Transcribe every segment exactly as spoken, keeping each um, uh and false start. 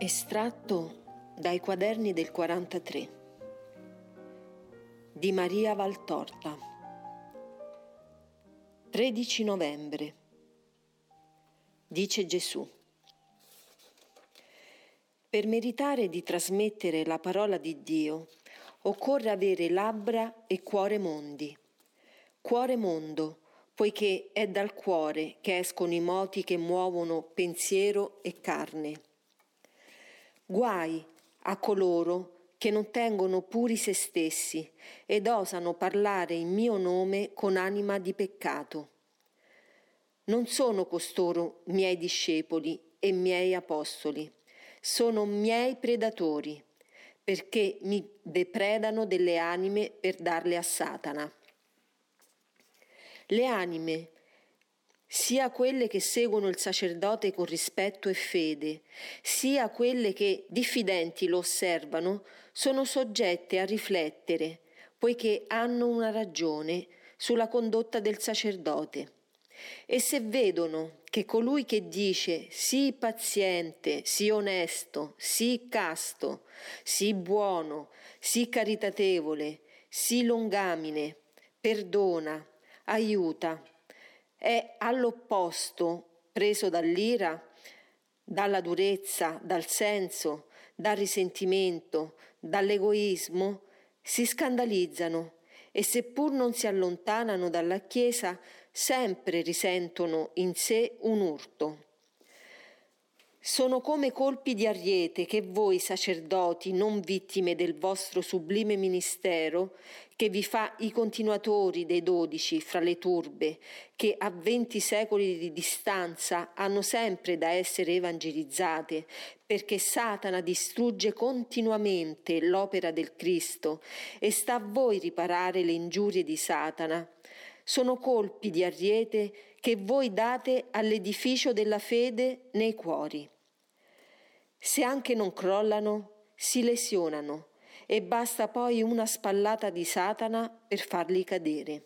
Estratto dai quaderni del quarantatré di Maria Valtorta. tredici novembre. Dice Gesù: per meritare di trasmettere la parola di Dio occorre avere labbra e cuore mondi. Cuore mondo, poiché è dal cuore che escono i moti che muovono pensiero e carne. Guai a coloro che non tengono puri se stessi ed osano parlare in mio nome con anima di peccato. Non sono costoro miei discepoli e miei apostoli, sono miei predatori, perché mi depredano delle anime per darle a Satana. Le anime, sia quelle che seguono il sacerdote con rispetto e fede, sia quelle che, diffidenti, lo osservano, sono soggette a riflettere, poiché hanno una ragione sulla condotta del sacerdote. E se vedono che colui che dice sii paziente, sii onesto, sii casto, sii buono, sii caritatevole, sii longamine, perdona, aiuta, è all'opposto, preso dall'ira, dalla durezza, dal senso, dal risentimento, dall'egoismo, si scandalizzano e seppur non si allontanano dalla Chiesa, sempre risentono in sé un urto. Sono come colpi di ariete che voi sacerdoti, non vittime del vostro sublime ministero, che vi fa i continuatori dei dodici fra le turbe, che a venti secoli di distanza hanno sempre da essere evangelizzate, perché Satana distrugge continuamente l'opera del Cristo e sta a voi riparare le ingiurie di Satana. Sono colpi di ariete che voi date all'edificio della fede nei cuori. Se anche non crollano, si lesionano e basta poi una spallata di Satana per farli cadere.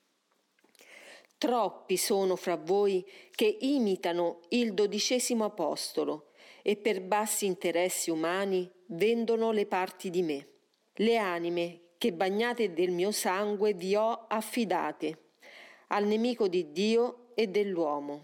Troppi sono fra voi che imitano il dodicesimo apostolo e per bassi interessi umani vendono le parti di me. Le anime che bagnate del mio sangue vi ho affidate al nemico di Dio e dell'uomo.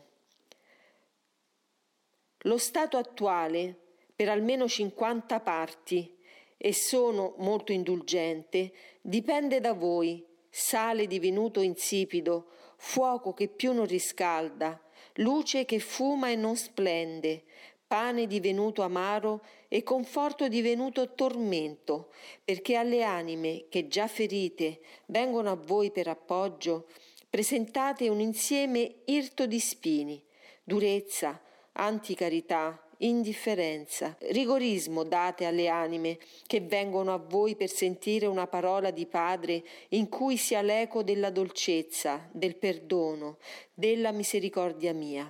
Lo stato attuale, per almeno cinquanta parti, e sono molto indulgente, dipende da voi, sale divenuto insipido, fuoco che più non riscalda, luce che fuma e non splende, pane divenuto amaro e conforto divenuto tormento, perché alle anime che già ferite vengono a voi per appoggio, presentate un insieme irto di spini, durezza, anticarità, indifferenza, rigorismo date alle anime che vengono a voi per sentire una parola di Padre in cui sia l'eco della dolcezza, del perdono, della misericordia mia.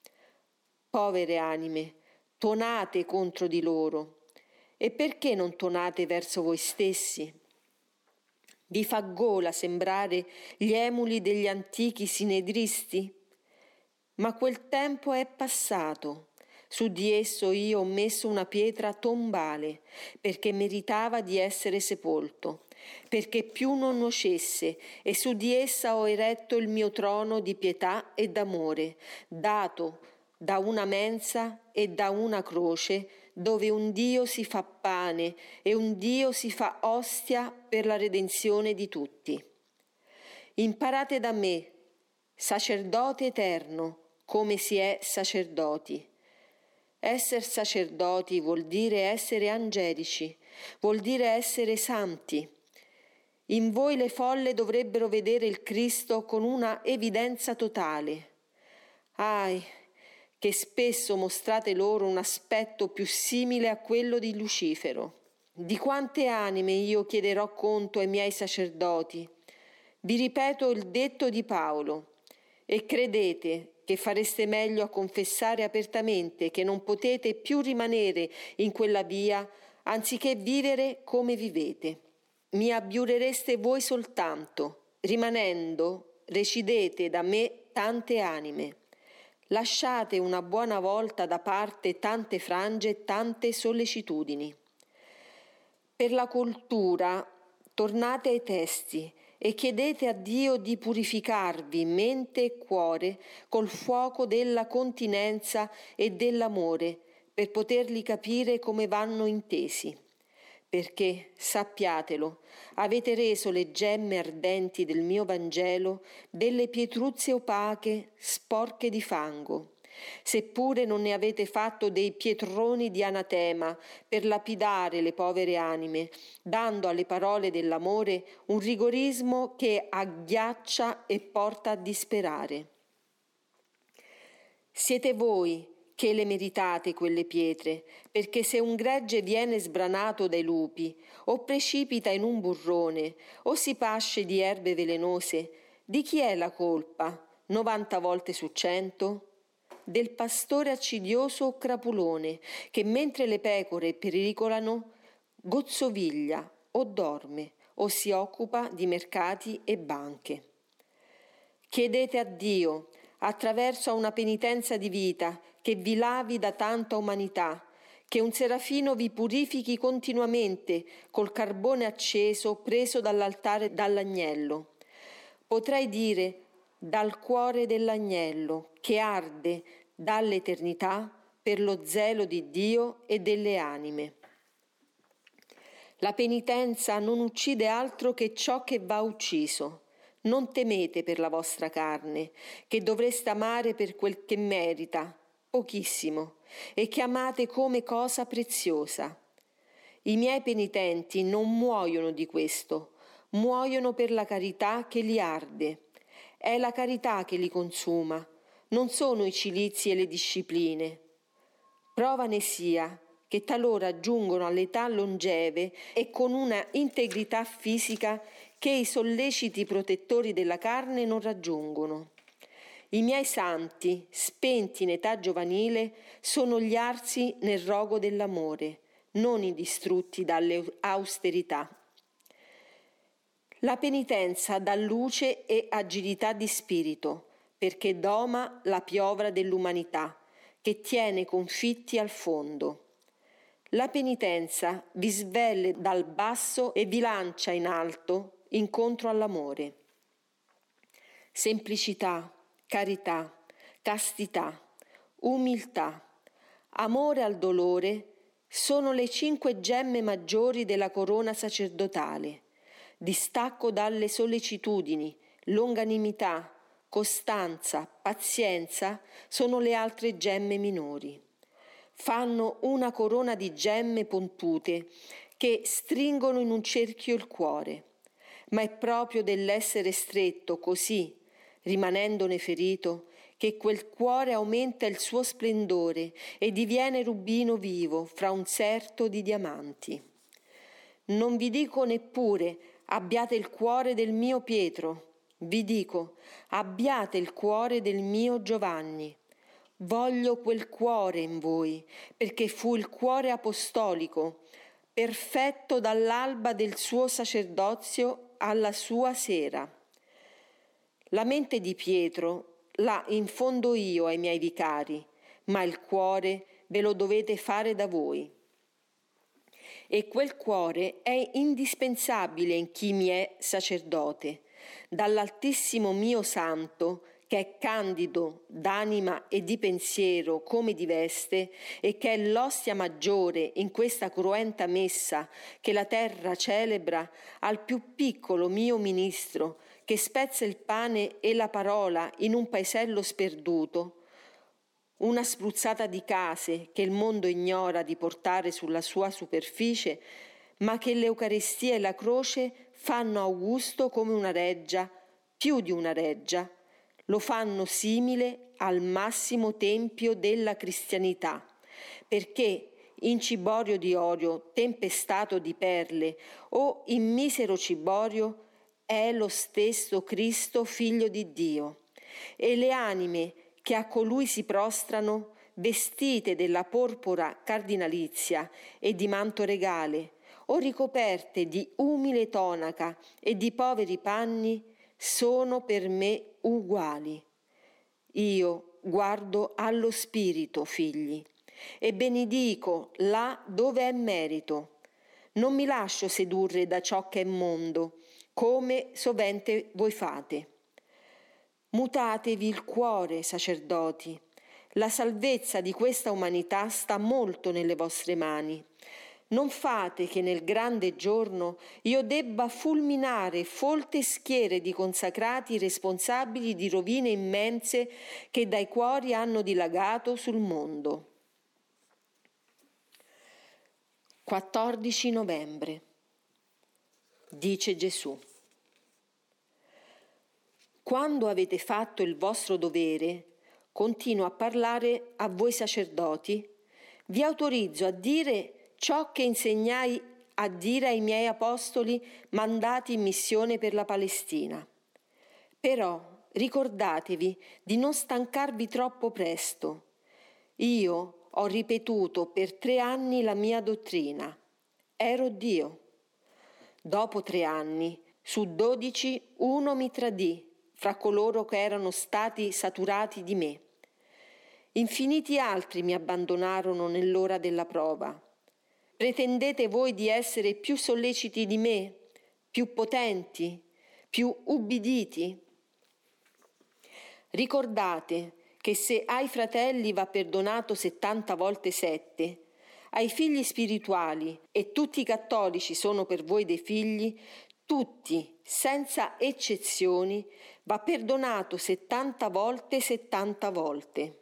Povere anime, tonate contro di loro. E perché non tonate verso voi stessi? Vi fa gola sembrare gli emuli degli antichi sinedristi? Ma quel tempo è passato. Su di esso io ho messo una pietra tombale, perché meritava di essere sepolto, perché più non nuocesse, e su di essa ho eretto il mio trono di pietà e d'amore, dato da una mensa e da una croce, dove un Dio si fa pane e un Dio si fa ostia per la redenzione di tutti. Imparate da me, sacerdote eterno, come si è sacerdoti. Esser sacerdoti vuol dire essere angelici, vuol dire essere santi. In voi le folle dovrebbero vedere il Cristo con una evidenza totale. Ahi, che spesso mostrate loro un aspetto più simile a quello di Lucifero. Di quante anime io chiederò conto ai miei sacerdoti? Vi ripeto il detto di Paolo, e credete che fareste meglio a confessare apertamente che non potete più rimanere in quella via anziché vivere come vivete. Mi abbiurereste voi soltanto, rimanendo recidete da me tante anime. Lasciate una buona volta da parte tante frange e tante sollecitudini. Per la cultura tornate ai testi e chiedete a Dio di purificarvi mente e cuore col fuoco della continenza e dell'amore, per poterli capire come vanno intesi. Perché, sappiatelo, avete reso le gemme ardenti del mio Vangelo delle pietruzze opache, sporche di fango. Seppure non ne avete fatto dei pietroni di anatema per lapidare le povere anime, dando alle parole dell'amore un rigorismo che agghiaccia e porta a disperare. Siete voi che le meritate quelle pietre, perché se un gregge viene sbranato dai lupi, o precipita in un burrone, o si pasce di erbe velenose, di chi è la colpa? Novanta volte su cento? Del pastore accidioso o crapulone, che mentre le pecore pericolano, gozzoviglia o dorme, o si occupa di mercati e banche. Chiedete a Dio, attraverso una penitenza di vita, che vi lavi da tanta umanità, che un serafino vi purifichi continuamente col carbone acceso preso dall'altare dall'agnello. Potrei dire dal cuore dell'agnello che arde dall'eternità per lo zelo di Dio e delle anime. La penitenza non uccide altro che ciò che va ucciso. Non temete per la vostra carne, che dovreste amare per quel che merita, pochissimo, e che amate come cosa preziosa. I miei penitenti non muoiono di questo, muoiono per la carità che li arde. È la carità che li consuma, non sono i cilizi e le discipline. Prova ne sia che talora giungono all'età longeve e con una integrità fisica che i solleciti protettori della carne non raggiungono. I miei santi, spenti in età giovanile, sono gli arsi nel rogo dell'amore, non i distrutti dalle austerità. La penitenza dà luce e agilità di spirito, perché doma la piovra dell'umanità, che tiene confitti al fondo. La penitenza vi svelle dal basso e vi lancia in alto incontro all'amore. Semplicità, carità, castità, umiltà, amore al dolore sono le cinque gemme maggiori della corona sacerdotale. Distacco dalle sollecitudini, longanimità, costanza, pazienza sono le altre gemme minori. Fanno una corona di gemme pontute che stringono in un cerchio il cuore, ma è proprio dell'essere stretto così, rimanendone ferito, che quel cuore aumenta il suo splendore e diviene rubino vivo fra un serto di diamanti. Non vi dico neppure abbiate il cuore del mio Pietro, vi dico abbiate il cuore del mio Giovanni. Voglio quel cuore in voi, perché fu il cuore apostolico, perfetto dall'alba del suo sacerdozio alla sua sera. La mente di Pietro la infondo io ai miei vicari, ma il cuore ve lo dovete fare da voi. E quel cuore è indispensabile in chi mi è sacerdote, dall'Altissimo mio Santo, che è candido d'anima e di pensiero come di veste, e che è l'ostia maggiore in questa cruenta messa che la terra celebra, al più piccolo mio ministro, che spezza il pane e la parola in un paesello sperduto, una spruzzata di case che il mondo ignora di portare sulla sua superficie, ma che l'Eucaristia e la croce fanno Augusto come una reggia, più di una reggia, lo fanno simile al massimo tempio della cristianità, perché in ciborio di olio tempestato di perle o in misero ciborio è lo stesso Cristo figlio di Dio, e le anime che a colui si prostrano, vestite della porpora cardinalizia e di manto regale, o ricoperte di umile tonaca e di poveri panni, sono per me uguali. Io, guardo allo spirito, figli, e benedico là dove è merito. Non mi lascio sedurre da ciò che è mondo, come sovente voi fate. Mutatevi il cuore, sacerdoti. La salvezza di questa umanità sta molto nelle vostre mani. Non fate che nel grande giorno io debba fulminare folte schiere di consacrati responsabili di rovine immense che dai cuori hanno dilagato sul mondo. quattordici novembre. Dice Gesù: quando avete fatto il vostro dovere, continuo a parlare a voi sacerdoti, vi autorizzo a dire ciò che insegnai a dire ai miei apostoli mandati in missione per la Palestina. Però ricordatevi di non stancarvi troppo presto. Io ho ripetuto per tre anni la mia dottrina. Ero Dio. Dopo tre anni, su dodici, uno mi tradì fra coloro che erano stati saturati di me. Infiniti altri mi abbandonarono nell'ora della prova. Pretendete voi di essere più solleciti di me, più potenti, più ubbiditi? Ricordate che se ai fratelli va perdonato settanta volte sette, ai figli spirituali, e tutti i cattolici sono per voi dei figli, tutti, senza eccezioni, va perdonato settanta volte settanta volte.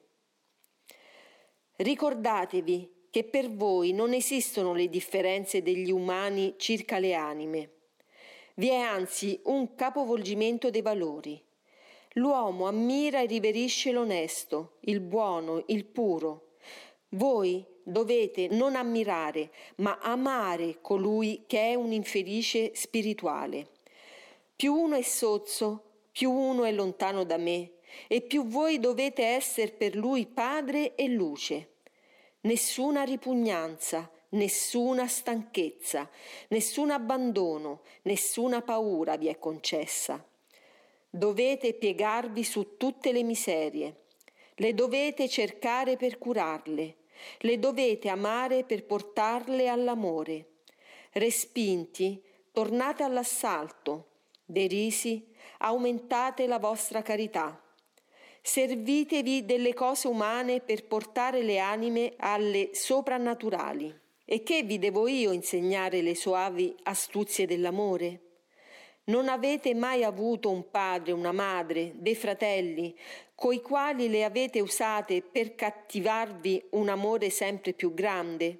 Ricordatevi che per voi non esistono le differenze degli umani circa le anime. Vi è anzi un capovolgimento dei valori. L'uomo ammira e riverisce l'onesto, il buono, il puro. Voi dovete non ammirare, ma amare colui che è un infelice spirituale. Più uno è sozzo, più uno è lontano da me, e più voi dovete essere per lui padre e luce. Nessuna ripugnanza, nessuna stanchezza, nessun abbandono, nessuna paura vi è concessa. Dovete piegarvi su tutte le miserie, le dovete cercare per curarle, le dovete amare per portarle all'amore. Respinti, tornate all'assalto, derisi, aumentate la vostra carità. Servitevi delle cose umane per portare le anime alle soprannaturali. E che vi devo io insegnare le soavi astuzie dell'amore? Non avete mai avuto un padre, una madre, dei fratelli, coi quali le avete usate per cattivarvi un amore sempre più grande?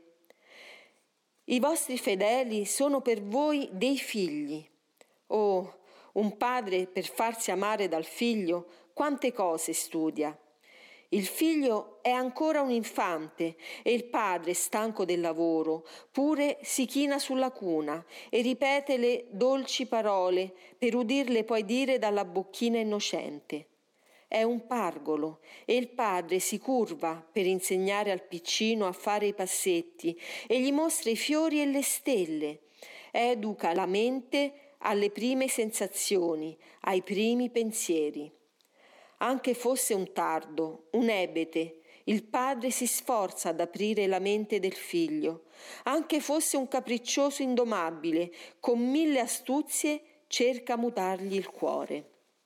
I vostri fedeli sono per voi dei figli. Oh, un padre per farsi amare dal figlio, quante cose studia. Il figlio è ancora un infante e il padre, stanco del lavoro, pure si china sulla cuna e ripete le dolci parole per udirle poi dire dalla bocchina innocente. È un pargolo e il padre si curva per insegnare al piccino a fare i passetti e gli mostra i fiori e le stelle. Educa la mente alle prime sensazioni, ai primi pensieri. Anche fosse un tardo, un ebete, il padre si sforza ad aprire la mente del figlio. Anche fosse un capriccioso indomabile, con mille astuzie cerca mutargli il cuore.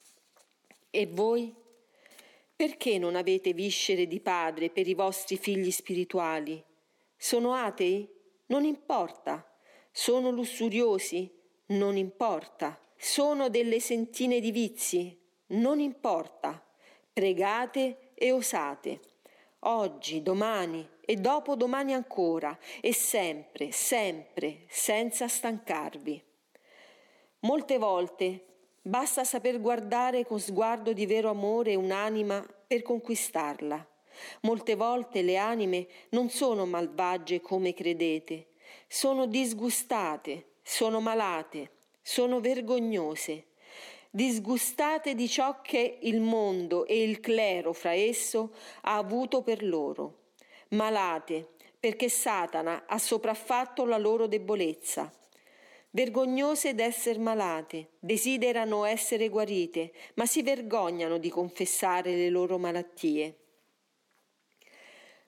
E voi? Perché non avete viscere di padre per i vostri figli spirituali? Sono atei? Non importa. Sono lussuriosi? Non importa. Sono delle sentine di vizi? Non importa. Pregate e osate. Oggi, domani e dopodomani ancora, e sempre, sempre, senza stancarvi. Molte volte basta saper guardare con sguardo di vero amore un'anima per conquistarla. Molte volte le anime non sono malvagie come credete, sono disgustate, sono malate, sono vergognose, disgustate di ciò che il mondo e il clero fra esso ha avuto per loro, malate perché Satana ha sopraffatto la loro debolezza, vergognose d'essere malate, desiderano essere guarite, ma si vergognano di confessare le loro malattie.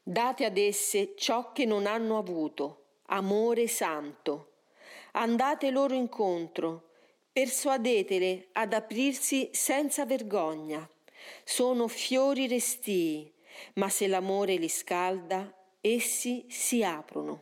Date ad esse ciò che non hanno avuto, amore santo. Andate loro incontro, persuadetele ad aprirsi senza vergogna. Sono fiori restii, ma se l'amore li scalda, essi si aprono.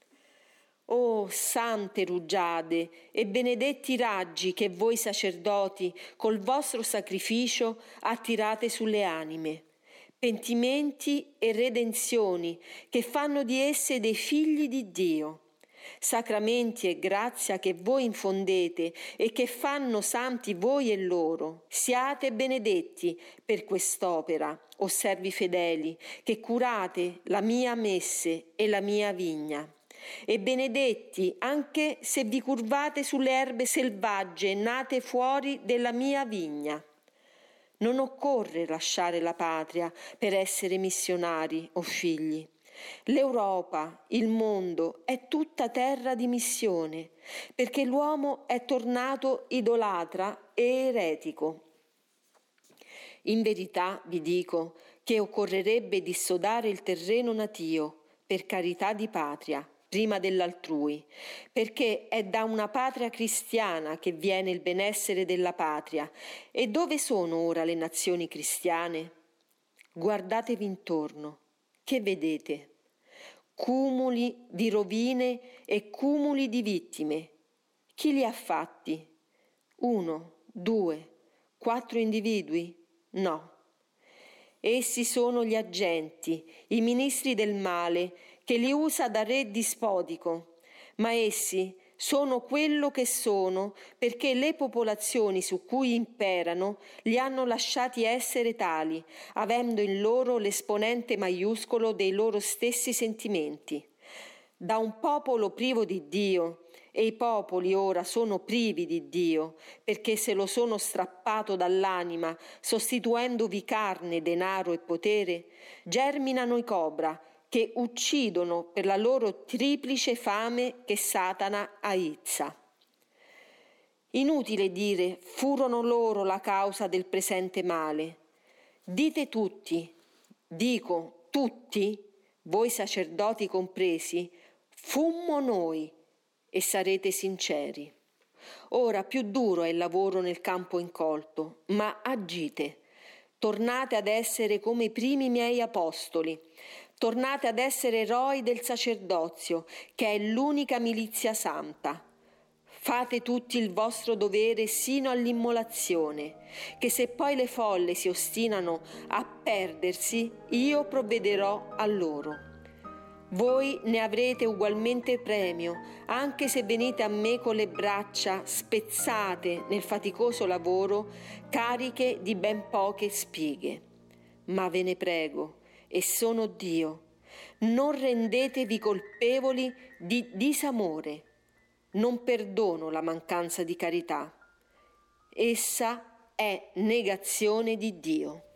Oh, sante rugiade e benedetti raggi che voi sacerdoti col vostro sacrificio attirate sulle anime, pentimenti e redenzioni che fanno di esse dei figli di Dio, sacramenti e grazia che voi infondete e che fanno santi voi e loro. Siate benedetti per quest'opera, o servi fedeli, che curate la mia messe e la mia vigna. E benedetti anche se vi curvate sulle erbe selvagge nate fuori della mia vigna. Non occorre lasciare la patria per essere missionari o figli. L'Europa, il mondo, è tutta terra di missione, perché l'uomo è tornato idolatra e eretico. In verità vi dico che occorrerebbe dissodare il terreno natio per carità di patria, prima dell'altrui, perché è da una patria cristiana che viene il benessere della patria. E dove sono ora le nazioni cristiane? Guardatevi intorno. Che vedete? Cumuli di rovine e cumuli di vittime. Chi li ha fatti? Uno, due, quattro individui? No. Essi sono gli agenti, i ministri del male, che li usa da re dispotico, ma essi sono quello che sono perché le popolazioni su cui imperano li hanno lasciati essere tali, avendo in loro l'esponente maiuscolo dei loro stessi sentimenti. Da un popolo privo di Dio, e i popoli ora sono privi di Dio, perché se lo sono strappato dall'anima, sostituendovi carne, denaro e potere, germinano i cobra, che uccidono per la loro triplice fame che Satana aizza. Inutile dire furono loro la causa del presente male. Dite tutti, dico tutti, voi sacerdoti compresi, fummo noi e sarete sinceri. Ora più duro è il lavoro nel campo incolto, ma agite. Tornate ad essere come i primi miei apostoli. Tornate ad essere eroi del sacerdozio, che è l'unica milizia santa. Fate tutti il vostro dovere sino all'immolazione, che se poi le folle si ostinano a perdersi, io provvederò a loro. Voi ne avrete ugualmente premio, anche se venite a me con le braccia spezzate nel faticoso lavoro, cariche di ben poche spighe. Ma ve ne prego, e sono Dio, non rendetevi colpevoli di disamore. Non perdono la mancanza di carità. Essa è negazione di Dio.